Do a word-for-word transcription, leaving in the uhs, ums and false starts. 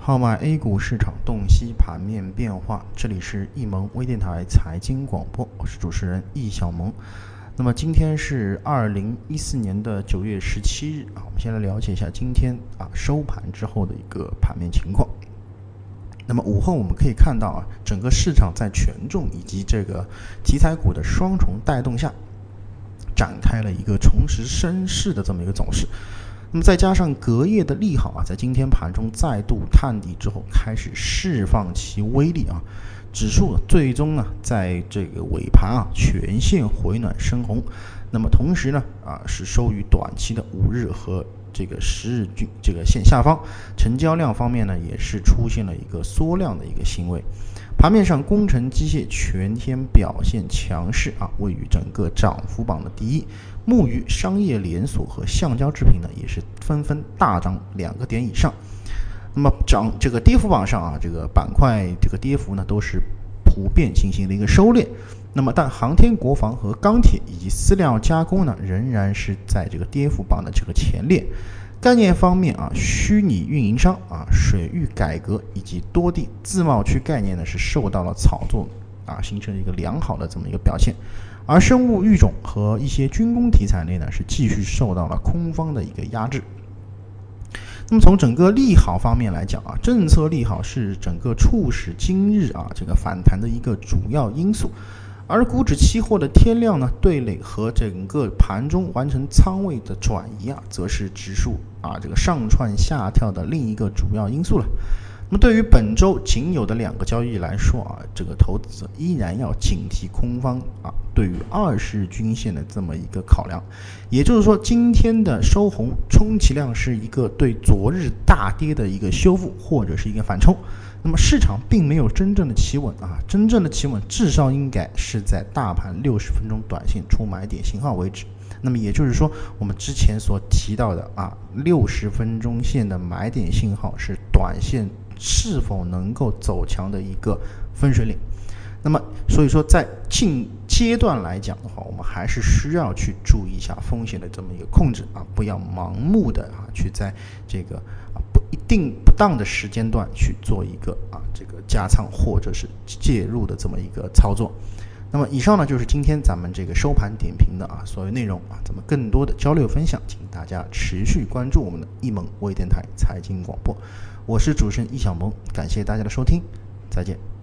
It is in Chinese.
号脉 A 股市场洞悉盘面变化，这里是易盟微电台财经广播，我是主持人易小萌。那么今天是二零一四年的九月十七日啊，我们先来了解一下今天啊收盘之后的一个盘面情况。那么午后我们可以看到啊，整个市场在权重以及这个题材股的双重带动下，展开了一个重拾升势的这么一个走势。那么再加上隔夜的利好啊，在今天盘中再度探底之后，开始释放其威力啊，指数最终呢在这个尾盘啊全线回暖升红。那么同时呢啊是收于短期的五日和这个十日均这个线下方，成交量方面呢也是出现了一个缩量的一个行为。盘面上，工程机械全天表现强势啊，位于整个涨幅榜的第一。木鱼、商业连锁和橡胶制品呢，也是纷纷大涨两个点以上。那么涨这个跌幅榜上啊，这个板块这个跌幅呢都是普遍进行了一个收敛。那么，但航天、国防和钢铁以及饲料加工呢，仍然是在这个跌幅榜的这个前列。概念方面啊，虚拟运营商啊、水域改革以及多地自贸区概念呢是受到了炒作啊，形成一个良好的这么一个表现。而生物育种和一些军工题材类呢是继续受到了空方的一个压制。那么从整个利好方面来讲啊，政策利好是整个促使今日啊这个反弹的一个主要因素。而股指期货的天量呢对垒和整个盘中完成仓位的转移啊，则是指数啊这个上窜下跳的另一个主要因素了。那么对于本周仅有的两个交易来说啊，这个投资者依然要警惕空方啊对于二十日均线的这么一个考量。也就是说，今天的收红充其量是一个对昨日大跌的一个修复或者是一个反抽。那么市场并没有真正的企稳啊，真正的企稳至少应该是在大盘六十分钟短线出买点信号为止。那么也就是说，我们之前所提到的啊，六十分钟线的买点信号是短线是否能够走强的一个分水岭。那么所以说，在近阶段来讲的话，我们还是需要去注意一下风险的这么一个控制啊，不要盲目的啊去在这个啊不一定不当的时间段去做一个啊这个加仓或者是介入的这么一个操作。那么以上呢就是今天咱们这个收盘点评的啊所有内容啊，咱们更多的交流分享，请大家持续关注我们的易盟微电台财经广播，我是主持人易小萌，感谢大家的收听，再见。